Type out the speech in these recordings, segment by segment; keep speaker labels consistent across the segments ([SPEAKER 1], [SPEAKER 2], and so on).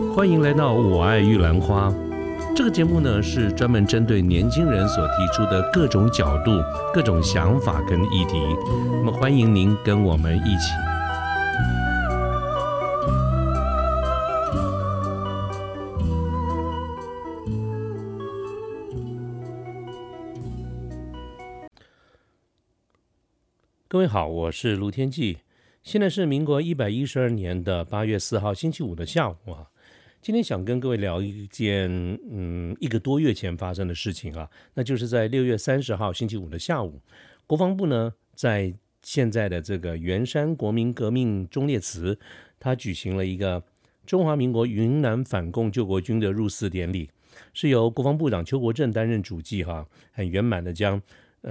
[SPEAKER 1] 欢迎来到我爱玉兰花。这个节目呢是专门针对年轻人所提出的各种角度、各种想法跟议题。那么欢迎您跟我们一起。各位好，我是卢天记。现在是民国112年的8月4号星期五的下午啊。今天想跟各位聊一件1个多月前发生的事情啊，那就是在6月30号星期五的下午，国防部呢在现在的这个圆山国民革命忠烈祠，他举行了一个中华民国云南反共救国军的入祀典礼，是由国防部长邱国正担任主祭哈，很圆满的将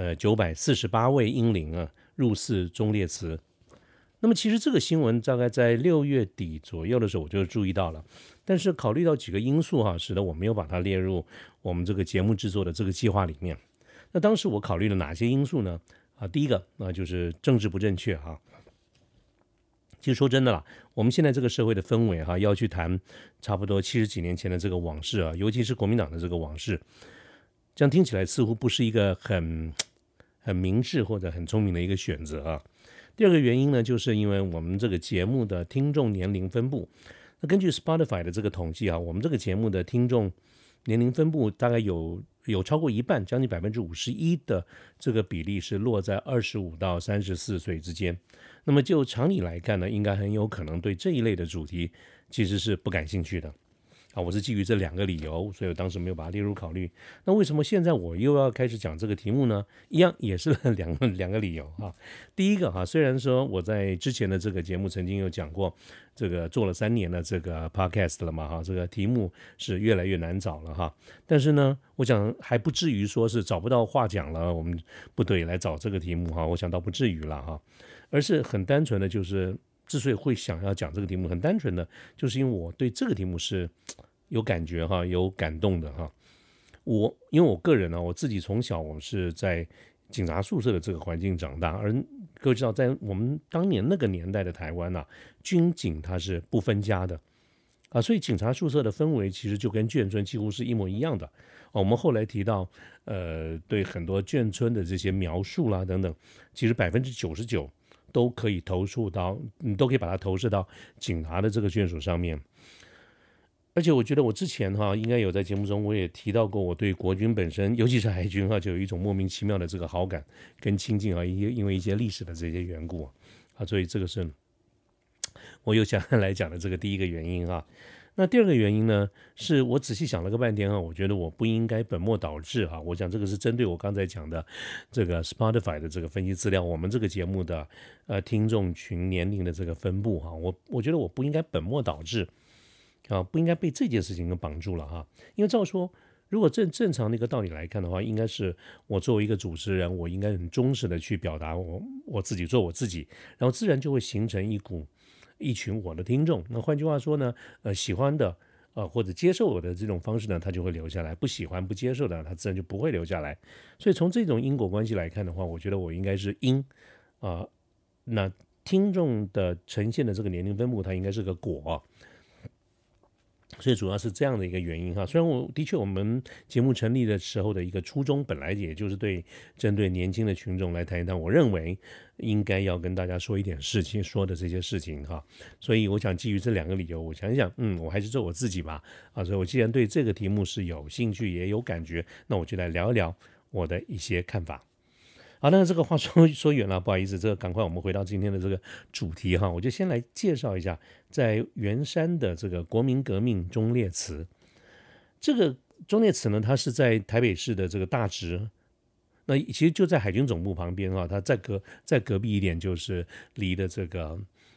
[SPEAKER 1] 948位英灵啊入祀忠烈祠。那么其实这个新闻大概在6月底左右的时候我就注意到了，但是考虑到几个因素使得我没有把它列入我们这个节目制作的这个计划里面。那当时我考虑了哪些因素呢？第一个就是政治不正确哈。其实说真的啦，我们现在这个社会的氛围要去谈差不多70几年前的这个往事啊，尤其是国民党的这个往事，这样听起来似乎不是一个很明智或者很聪明的一个选择啊。第二个原因呢，就是因为我们这个节目的听众年龄分布，那根据 Spotify 的这个统计我们这个节目的听众年龄分布大概有超过一半，将近51%的这个比例是落在25到34岁之间。那么就常理来看呢，应该很有可能对这一类的主题其实是不感兴趣的。我是基于这2个理由，所以我当时没有把它列入考虑。那为什么现在我又要开始讲这个题目呢？一样也是两个理由第一个虽然说我在之前的这个节目曾经有讲过，这个做了3年的这个 podcast 了嘛这个题目是越来越难找了但是呢，我想还不至于说是找不到话讲了，我们不得已来找这个题目我想倒不至于了而是很单纯的就是之所以会想要讲这个题目，很单纯的就是因为我对这个题目是有感觉有感动的因为我个人我自己从小我是在警察宿舍的这个环境长大，而各位知道在我们当年那个年代的台湾军警它是不分家的所以警察宿舍的氛围其实就跟眷村几乎是一模一样的我们后来提到对很多眷村的这些描述啦等等，其实99%都可以投诉到，你都可以把它投射到警察的这个眷属上面。而且我觉得我之前应该有在节目中我也提到过，我对国军本身尤其是海军就有一种莫名其妙的这个好感跟亲近因为一些历史的这些缘故所以这个是我又想来讲的这个第一个原因那第二个原因呢，是我仔细想了个半天我觉得我不应该本末倒置我想这个是针对我刚才讲的这个 Spotify 的这个分析资料，我们这个节目的听众群年龄的这个分布我觉得我不应该本末倒置不应该被这件事情给绑住了因为照说如果正常的一个道理来看的话，应该是我作为一个主持人，我应该很忠实的去表达我自己，做我自己，然后自然就会形成一群我的听众。那换句话说呢，喜欢的或者接受我的这种方式呢，他就会留下来；不喜欢不接受的，他自然就不会留下来。所以从这种因果关系来看的话，我觉得我应该是因那听众的呈现的这个年龄分布，它应该是个果所以主要是这样的一个原因虽然我们节目成立的时候的一个初衷本来也就是针对年轻的群众来谈一谈我认为应该要跟大家说一点事情说的这些事情所以我想基于这2个理由，我想一想我还是做我自己吧所以我既然对这个题目是有兴趣也有感觉，那我就来聊一聊我的一些看法。那这个话说远了，不好意思，这个赶快我们回到今天的这个主题我就先来介绍一下在圆山的这个国民革命忠烈祠。这个忠烈祠呢，它是在台北市的这个大直，那其实就在海军总部旁边它在隔壁一点就是离的这个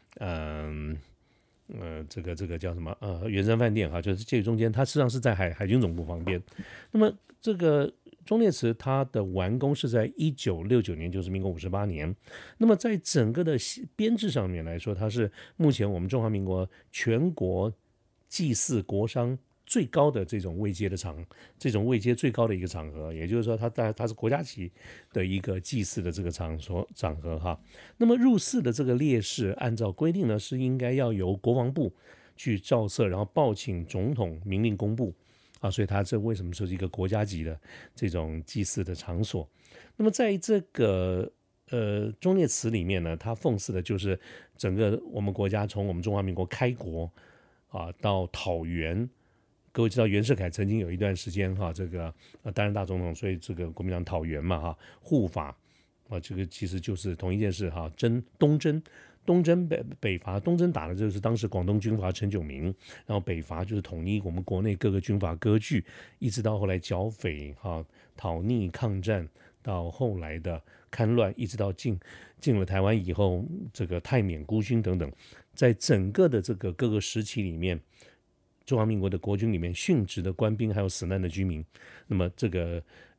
[SPEAKER 1] 这个叫什么圆山饭店就是介于中间，它实际上是在海军总部旁边。那么这个忠烈祠它的完工是在1969年，就是民国58年。那么在整个的编制上面来说，它是目前我们中华民国全国祭祀国殇最高的这种位阶最高的一个场合，也就是说它是国家级的一个祭祀的这个场合那么入祀的这个烈士，按照规定呢是应该要由国防部去照射，然后报请总统明令公布啊，所以它这为什么说是一个国家级的这种祭祀的场所？那么在这个忠烈祠里面呢，它讽刺的就是整个我们国家从我们中华民国开国啊到讨袁。各位知道袁世凯曾经有一段时间哈，这个担任大总统，所以这个国民党讨袁嘛哈，护法啊，这个其实就是同一件事哈，东征北伐，东征打的就是当时广东军阀陈炯明，然后北伐就是统一我们国内各个军阀割据，一直到后来剿匪哈、讨逆抗战，到后来的戡乱，一直到进了台湾以后，这个泰缅孤军等等，在整个的这个各个时期里面。中华民国的国军里面殉职的官兵，还有死难的居民，那么这个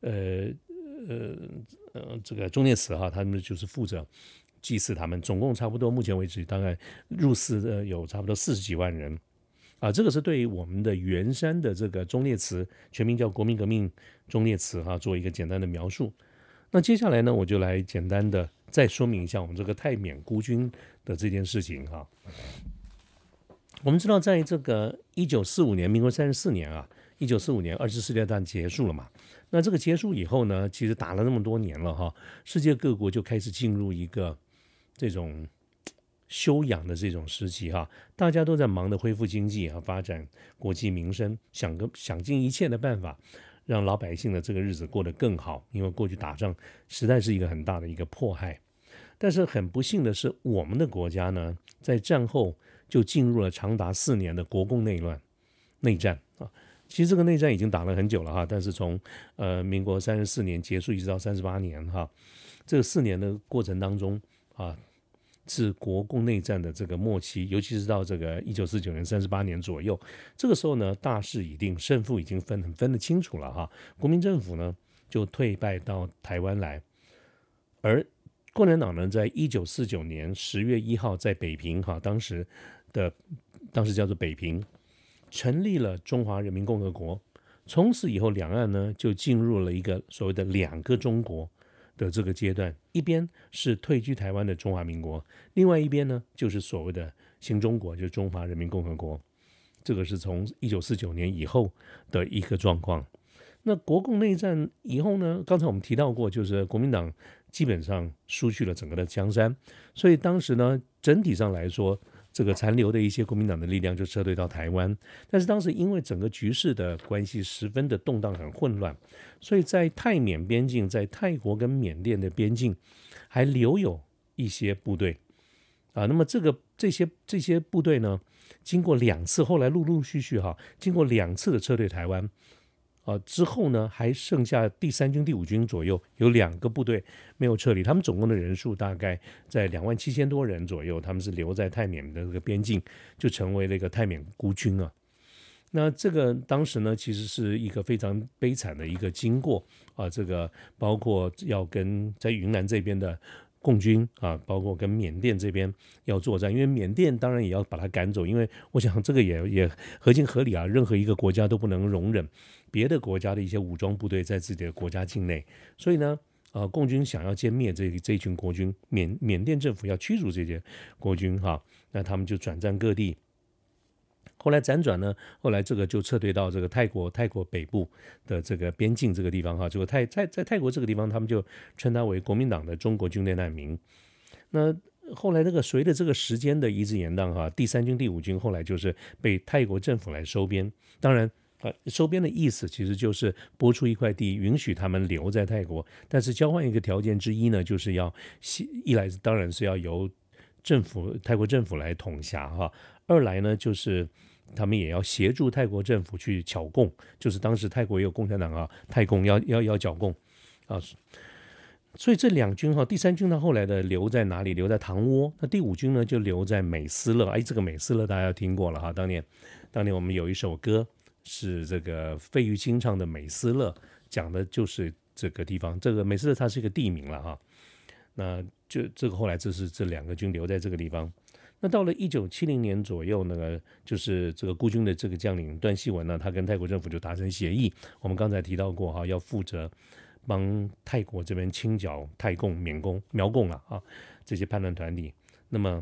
[SPEAKER 1] 这个忠烈祠哈，他们就是负责祭祀他们，总共差不多目前为止大概入祀的有差不多40几万人啊，这个是对于我们的圆山的这个忠烈祠，全名叫国民革命忠烈祠哈，做一个简单的描述。那接下来呢，我就来简单的再说明一下我们这个泰缅孤军的这件事情哈。我们知道，在这个1945年，民国34年啊，1945年20次世界大战结束了嘛。那这个结束以后呢，其实打了那么多年了哈，世界各国就开始进入一个这种休养的这种时期哈，大家都在忙着恢复经济啊，发展国计民生，想尽一切的办法，让老百姓的这个日子过得更好。因为过去打仗实在是一个很大的一个迫害。但是很不幸的是，我们的国家呢，在战后就进入了长达4年的国共内战啊。其实这个内战已经打了很久了哈，但是从民国34年结束一直到38年哈，这个4年的过程当中啊，是国共内战的这个末期，尤其是到这个1949年38年左右，这个时候呢，大势已定，胜负已经分得清楚了哈。国民政府呢就退败到台湾来，而共产党呢，在1949年10月1号在北平哈，当时叫做北平，成立了中华人民共和国。从此以后，两岸呢就进入了一个所谓的2个中国的这个阶段，一边是退居台湾的中华民国，另外一边呢就是所谓的新中国，就是中华人民共和国。这个是从1949年以后的一个状况。那国共内战以后呢，刚才我们提到过，就是国民党基本上输去了整个的江山，所以当时呢，整体上来说，这个残留的一些国民党的力量就撤退到台湾。但是当时因为整个局势的关系十分的动荡很混乱，所以在泰缅边境，在泰国跟缅甸的边境还留有一些部队啊。那么这些部队呢，经过2次，后来陆陆续续哈，经过2次的撤退台湾。之后呢，还剩下第3军、第5军左右，有2个部队没有撤离，他们总共的人数大概在27000多人左右，他们是留在泰缅的这个边境，就成为了一个泰缅孤军啊。那这个当时呢，其实是一个非常悲惨的一个经过啊，这个包括要跟在云南这边的共军啊，包括跟缅甸这边要作战，因为缅甸当然也要把他赶走，因为我想这个也合情合理啊，任何一个国家都不能容忍别的国家的一些武装部队在自己的国家境内，所以呢，共军想要歼灭这一群国军，缅甸政府要驱逐这些国军哈，那他们就转战各地。后来辗转呢，后来这个就撤退到这个泰国北部的这个边境这个地方哈，这个在泰国这个地方，他们就称它为国民党的中国军队难民。那后来随着这个时间的一直延宕哈，第3军、第5军后来就是被泰国政府来收编。当然，收编的意思其实就是拨出一块地，允许他们留在泰国，但是交换一个条件之一呢，就是要一来当然是要由泰国政府来统辖哈，二来呢就是他们也要协助泰国政府去剿共，就是当时泰国也有共产党啊，泰共要剿共啊。所以这2军哈，第3军呢后来的留在哪里？留在唐窝。那第5军呢就留在美斯乐。这个美斯乐大家听过了哈，当年我们有一首歌是这个费玉清唱的《美斯乐》，讲的就是这个地方。这个美斯乐它是一个地名了哈。那就这个后来这2个军留在这个地方。那到了1970年左右呢，就是这个孤军的这个将领段锡文呢，他跟泰国政府就达成协议。我们刚才提到过哈，要负责帮泰国这边清剿泰共、缅共、苗共这些叛乱团体。那么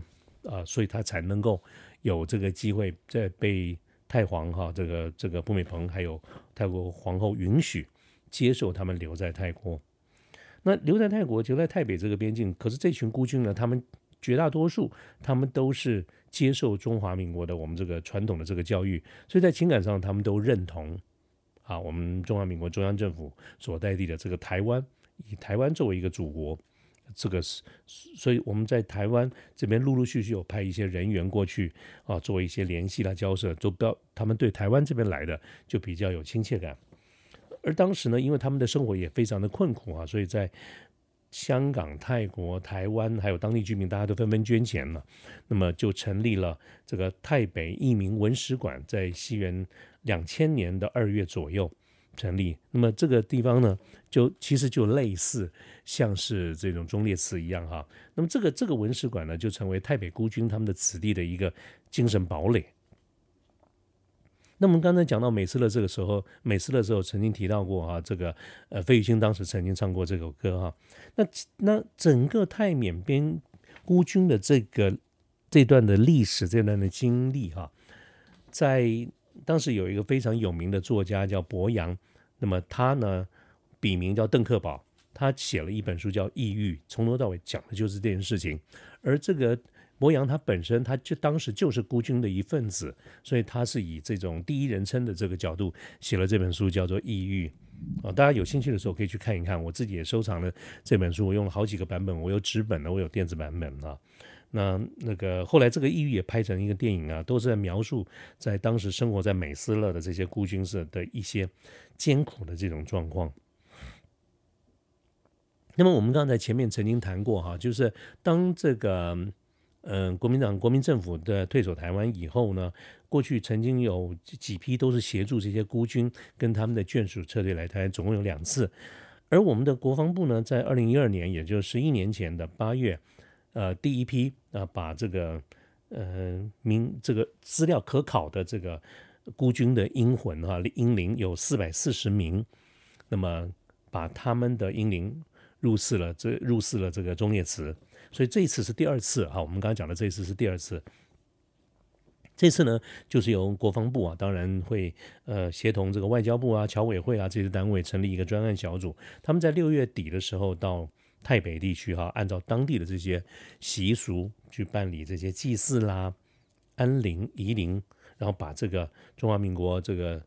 [SPEAKER 1] 所以他才能够有这个机会在被太皇这个不美蓬还有泰国皇后允许接受他们留在泰国。那留在泰国，留在泰北这个边境，可是这群孤军呢，他们绝大多数他们都是接受中华民国的我们这个传统的这个教育，所以在情感上他们都认同我们中华民国中央政府所在地的这个台湾，以台湾作为一个祖国。这个是，所以我们在台湾这边陆陆续续有派一些人员过去做一些联系啦、交涉，都比较他们对台湾这边来的就比较有亲切感。而当时呢，因为他们的生活也非常的困苦所以在香港、泰国、台湾还有当地居民，大家都纷纷捐钱了，那么就成立了这个泰北义民文史馆，在西元2000年的2月左右成立。那么这个地方呢，其实就类似像是这种忠烈祠一样那么这个文史馆呢，就成为泰北孤军他们的子弟的一个精神堡垒。那我们刚才讲到美斯乐这个时候，美斯乐的时候曾经提到过这个费玉清当时曾经唱过这首歌那整个泰缅边孤军的这段的历史，这段的经历在当时有一个非常有名的作家叫柏杨，那么他呢笔名叫邓克保，他写了一本书叫《异域》，从头到尾讲的就是这件事情。而这个柏杨他本身他就当时就是孤军的一份子，所以他是以这种第一人称的这个角度写了这本书，叫做《异域》大家有兴趣的时候可以去看一看，我自己也收藏了这本书，我用了好几个版本，我有纸本的，我有电子版本那个后来这个异域也拍成一个电影都是在描述在当时生活在美斯乐的这些孤军社的一些艰苦的这种状况。那么我们刚才前面曾经谈过就是当这个国民政府的退守台湾以后呢，过去曾经有几批都是协助这些孤军跟他们的眷属撤退来台湾，总共有2次。而我们的国防部呢，在2012年，也就是11年前的8月，第一批把这个这个资料可考的这个孤军的英魂英灵有440名，那么把他们的英灵入祀了这个忠烈祠。所以这一次是第2次我们刚刚讲的这一次是第2次。这次呢，就是由国防部当然会协同这个外交部侨委会这些单位成立一个专案小组，他们在6月底的时候到泰北地区按照当地的这些习俗去办理这些祭祀啦、安灵、移灵，然后把这个中华民国这个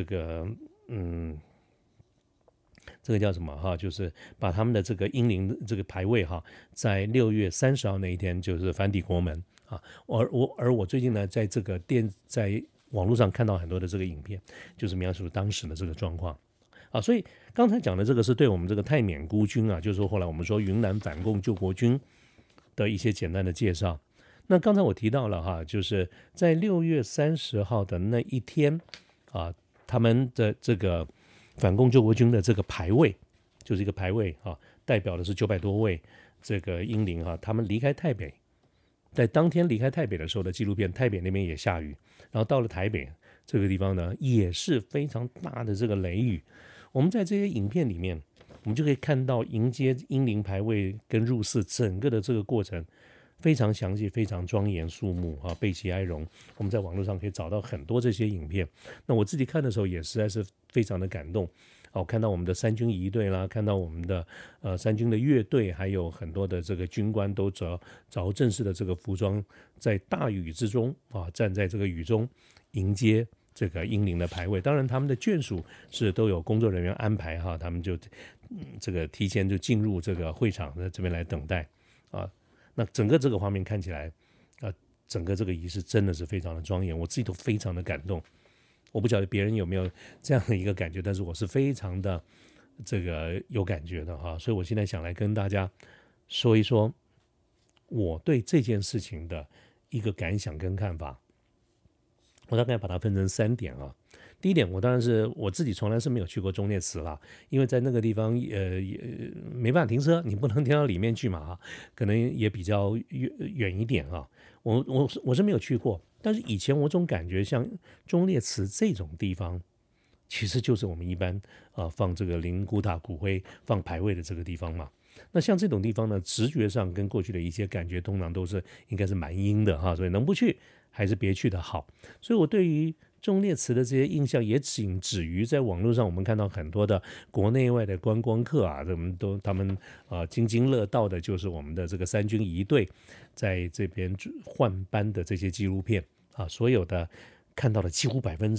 [SPEAKER 1] 叫什么就是把他们的这个英灵这个牌位在6月30号那一天就是返抵国门而我最近呢，在在网络上看到很多的这个影片，就是描述当时的这个状况所以刚才讲的这个是对我们这个泰缅孤军就是说后来我们说云南反共救国军的一些简单的介绍。那刚才我提到了就是在6月30号的那一天他们的这个反共救国军的这个牌位，就是一个牌位代表的是900多位这个英灵他们离开泰北，在当天离开泰北的时候的纪录片，泰北那边也下雨，然后到了台北这个地方呢，也是非常大的这个雷雨。我们在这些影片里面，我们就可以看到迎接英灵牌位跟入祀整个的这个过程非常详细，非常庄严肃穆备其哀荣。我们在网络上可以找到很多这些影片。那我自己看的时候也实在是非常的感动我看到我们的三军仪队啦，看到我们的三军的乐队，还有很多的这个军官都着正式的这个服装，在大雨之中站在这个雨中迎接这个英灵的牌位。当然他们的眷属是都有工作人员安排他们就这个提前就进入这个会场在这边来等待那整个这个画面看起来整个这个仪式真的是非常的庄严，我自己都非常的感动。我不晓得别人有没有这样的一个感觉，但是我是非常的这个有感觉的所以我现在想来跟大家说一说我对这件事情的一个感想跟看法。我大概把它分成3点第一点，我当然是我自己从来是没有去过忠烈祠啦，因为在那个地方也没办法停车，你不能停到里面去嘛可能也比较远一点我是没有去过，但是以前我总感觉像忠烈祠这种地方，其实就是我们一般放这个灵骨塔骨灰放牌位的这个地方嘛。 那像这种地方呢，直觉上跟过去的一些感觉，通常都是应该是蛮阴的哈，所以能不去还是别去的好。所以我对于忠烈祠的这些印象也仅止于在网络上，我们看到很多的国内外的观光客啊，他们津津乐道的就是我们的这个三军仪队在这边换班的这些纪录片啊，所有的看到的几乎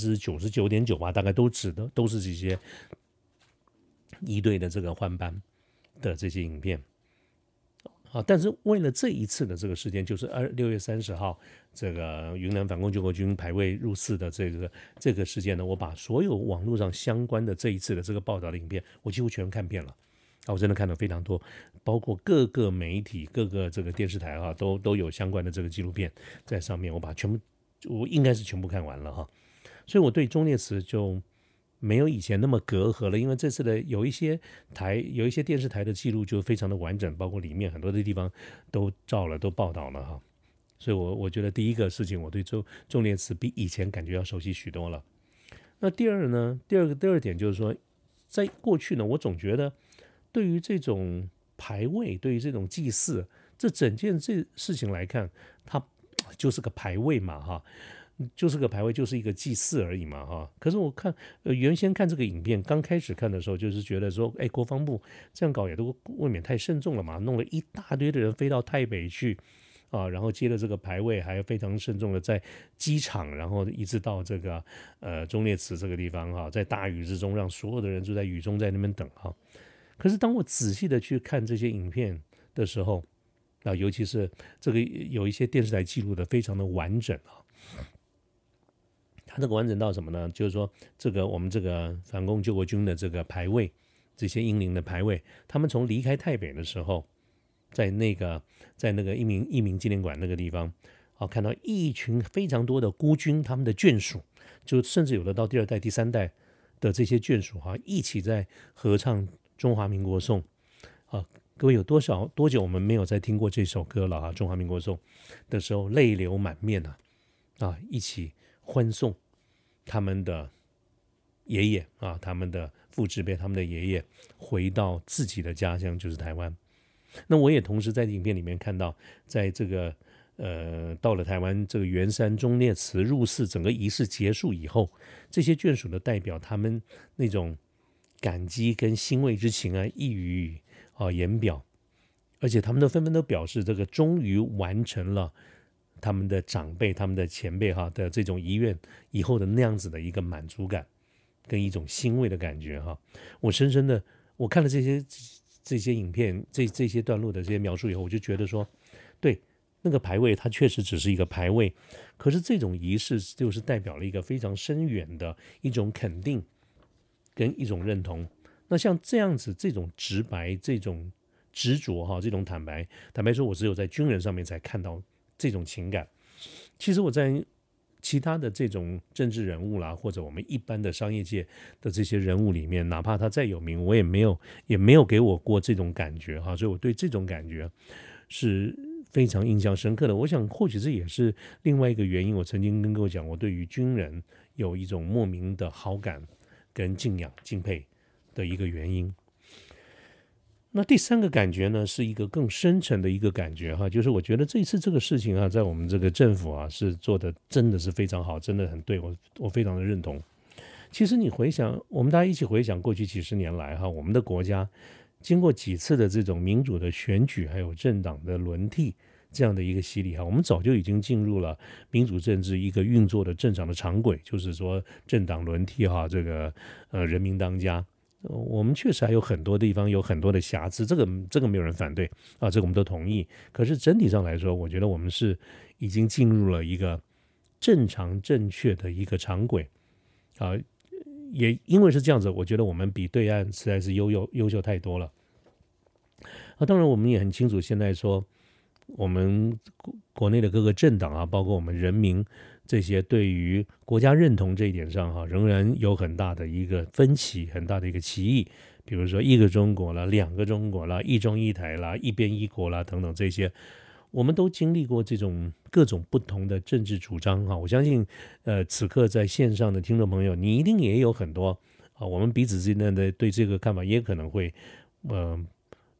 [SPEAKER 1] 99.9%吧，大概都是这些仪队的这个换班的这些影片。但是为了这一次的这个事件，就是6月30号这个云南反共救国军排位入寺的这个事件呢，我把所有网络上相关的这一次的这个报道的影片，我几乎全看遍了。我真的看了非常多，包括各个媒体、各个这个电视台都有相关的这个纪录片在上面，我应该是全部看完了哈。所以我对忠烈祠就没有以前那么隔阂了，因为这次的有一些电视台的记录就非常的完整，包括里面很多的地方都照了，都报道了哈。所以我觉得第一个事情，我对忠烈祠比以前感觉要熟悉许多了。那第二点就是说，在过去呢，我总觉得对于这种牌位，对于这种祭祀，这整件这事情来看，它就是个牌位嘛哈。就是个牌位，就是一个祭祀而已嘛哈。可是我看原先看这个影片，刚开始看的时候，就是觉得说，哎，国防部这样搞也都未免太慎重了嘛，弄了一大堆的人飞到台北去啊，然后接了这个牌位，还非常慎重的在机场，然后一直到这个忠烈祠这个地方哈，在大雨之中，让所有的人就在雨中在那边等哈。可是当我仔细的去看这些影片的时候，尤其是这个有一些电视台记录的非常的完整啊。它这个完整到什么呢？就是说，我们这个反共救国军的这个牌位，这些英灵的牌位，他们从离开台北的时候，在那个义民纪念馆那个地方，看到一群非常多的孤军，他们的眷属，就甚至有的到第二代、第三代的这些眷属一起在合唱中华民国颂啊。各位有多久我们没有再听过这首歌了啊？中华民国颂的时候，泪流满面一起欢送他们的爷爷他们的父执辈，他们的爷爷回到自己的家乡，就是台湾。那我也同时在影片里面看到，在这个到了台湾这个圆山忠烈祠入寺整个仪式结束以后，这些眷属的代表，他们那种感激跟欣慰之情溢于言表，而且他们都纷纷都表示，这个终于完成了他们的长辈、他们的前辈的这种遗愿以后的那样子的一个满足感，跟一种欣慰的感觉我深深的我看了这些影片、这些段落的这些描述以后，我就觉得说，对，那个牌位它确实只是一个牌位，可是这种仪式就是代表了一个非常深远的一种肯定跟一种认同。那像这样子这种直白、这种执着这种坦白说，我只有在军人上面才看到这种情感。其实我在其他的这种政治人物啦，或者我们一般的商业界的这些人物里面，哪怕他再有名，我也没有给我过这种感觉所以我对这种感觉是非常印象深刻的。我想或许这也是另外一个原因，我曾经跟各位讲，我对于军人有一种莫名的好感跟敬仰敬佩的一个原因。那第三个感觉呢，是一个更深层的一个感觉就是我觉得这一次这个事情在我们这个政府是做的真的是非常好，真的很对，我非常的认同。其实你回想，我们大家一起回想过去几十年来我们的国家经过几次的这种民主的选举，还有政党的轮替这样的一个洗礼我们早就已经进入了民主政治一个运作的正常的常轨，就是说政党轮替这个人民当家。我们确实还有很多地方有很多的瑕疵，这个没有人反对这个我们都同意。可是整体上来说，我觉得我们是已经进入了一个正常正确的一个常轨也因为是这样子，我觉得我们比对岸实在是优秀太多了当然我们也很清楚，现在说我们国内的各个政党包括我们人民这些对于国家认同这一点上仍然有很大的一个分歧，很大的一个歧义。比如说一个中国啦、两个中国啦、一中一台啦、一边一国啦等等这些，我们都经历过这种各种不同的政治主张我相信此刻在线上的听众朋友，你一定也有很多我们彼此之间的对这个看法也可能会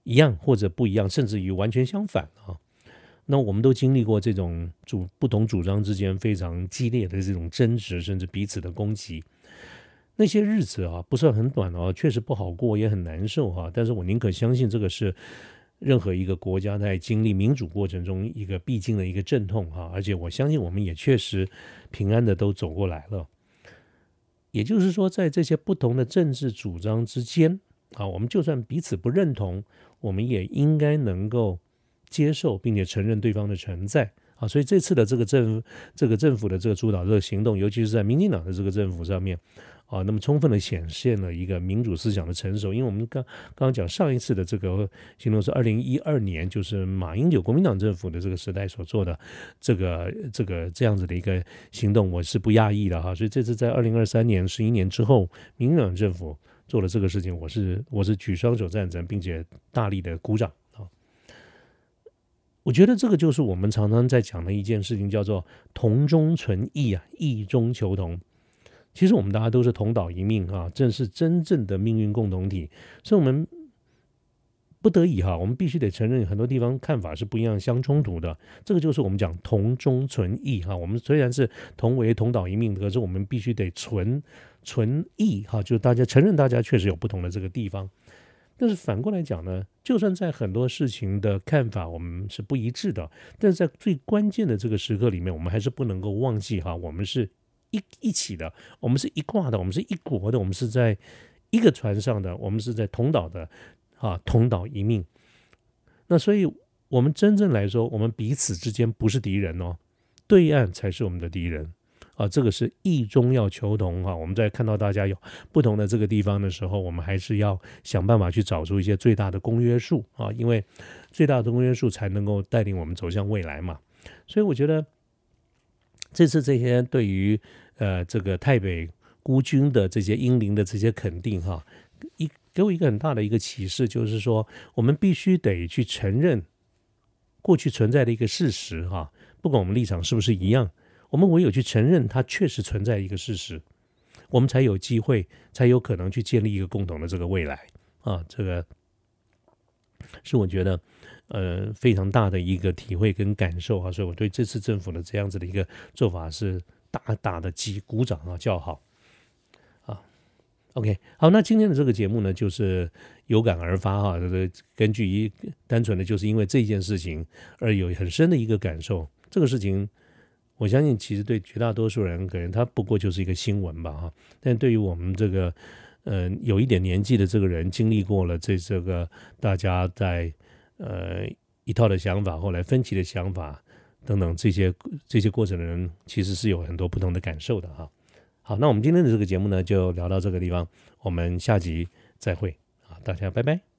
[SPEAKER 1] 一样或者不一样，甚至于完全相反啊。那我们都经历过这种不同主张之间非常激烈的这种争执，甚至彼此的攻击。那些日子啊，不算很短哦，确实不好过，也很难受哈。但是我宁可相信这个是任何一个国家在经历民主过程中一个必经的一个阵痛哈。而且我相信我们也确实平安的都走过来了。也就是说，在这些不同的政治主张之间啊，我们就算彼此不认同，我们也应该能够接受并且承认对方的存在啊。所以这次的这个政府的这个主导这个行动，尤其是在民进党的这个政府上面啊，那么充分的显现了一个民主思想的成熟。因为我们刚刚讲上一次的这个行动是2012年，就是马英九国民党政府的这个时代所做的这样子的一个行动，我是不讶异的哈。所以这次在2023年11年之后，民进党政府做了这个事情，我是举双手赞成，并且大力的鼓掌啊。我觉得这个就是我们常常在讲的一件事情，叫做同中存异啊，异中求同。其实我们大家都是同岛一命啊，正是真正的命运共同体。所以我们不得已哈，我们必须得承认很多地方看法是不一样、相冲突的。这个就是我们讲同中存异哈。我们虽然是同为同岛一命，可是我们必须得存异哈，就大家承认大家确实有不同的这个地方。但是反过来讲呢，就算在很多事情的看法我们是不一致的，但是在最关键的这个时刻里面，我们还是不能够忘记哈，我们是一起的，我们是一挂的，我们是一国的，我们是在一个船上的，我们是在同岛的啊，同岛一命。那所以我们真正来说，我们彼此之间不是敌人哦，对岸才是我们的敌人啊。这个是异中要求同哈。我们在看到大家有不同的这个地方的时候，我们还是要想办法去找出一些最大的公约数啊，因为最大的公约数才能够带领我们走向未来嘛。所以我觉得这次这些对于这个泰北孤军的这些英灵的这些肯定哈，给我一个很大的一个启示，就是说我们必须得去承认过去存在的一个事实哈，不管我们立场是不是一样，我们唯有去承认它确实存在一个事实，我们才有机会，才有可能去建立一个共同的这个未来啊。这个是我觉得非常大的一个体会跟感受啊，所以我对这次政府的这样子的一个做法是大大的鼓掌啊，叫好啊。OK， 好，那今天的这个节目呢，就是有感而发哈，根据单纯的就是因为这件事情而有很深的一个感受。这个事情，我相信其实对绝大多数人可能它不过就是一个新闻吧哈，但对于我们这个有一点年纪的这个人，经历过了这个大家在一套的想法，后来分歧的想法等等这些过程的人，其实是有很多不同的感受的哈。好，那我们今天的这个节目呢，就聊到这个地方，我们下集再会啊，大家拜拜。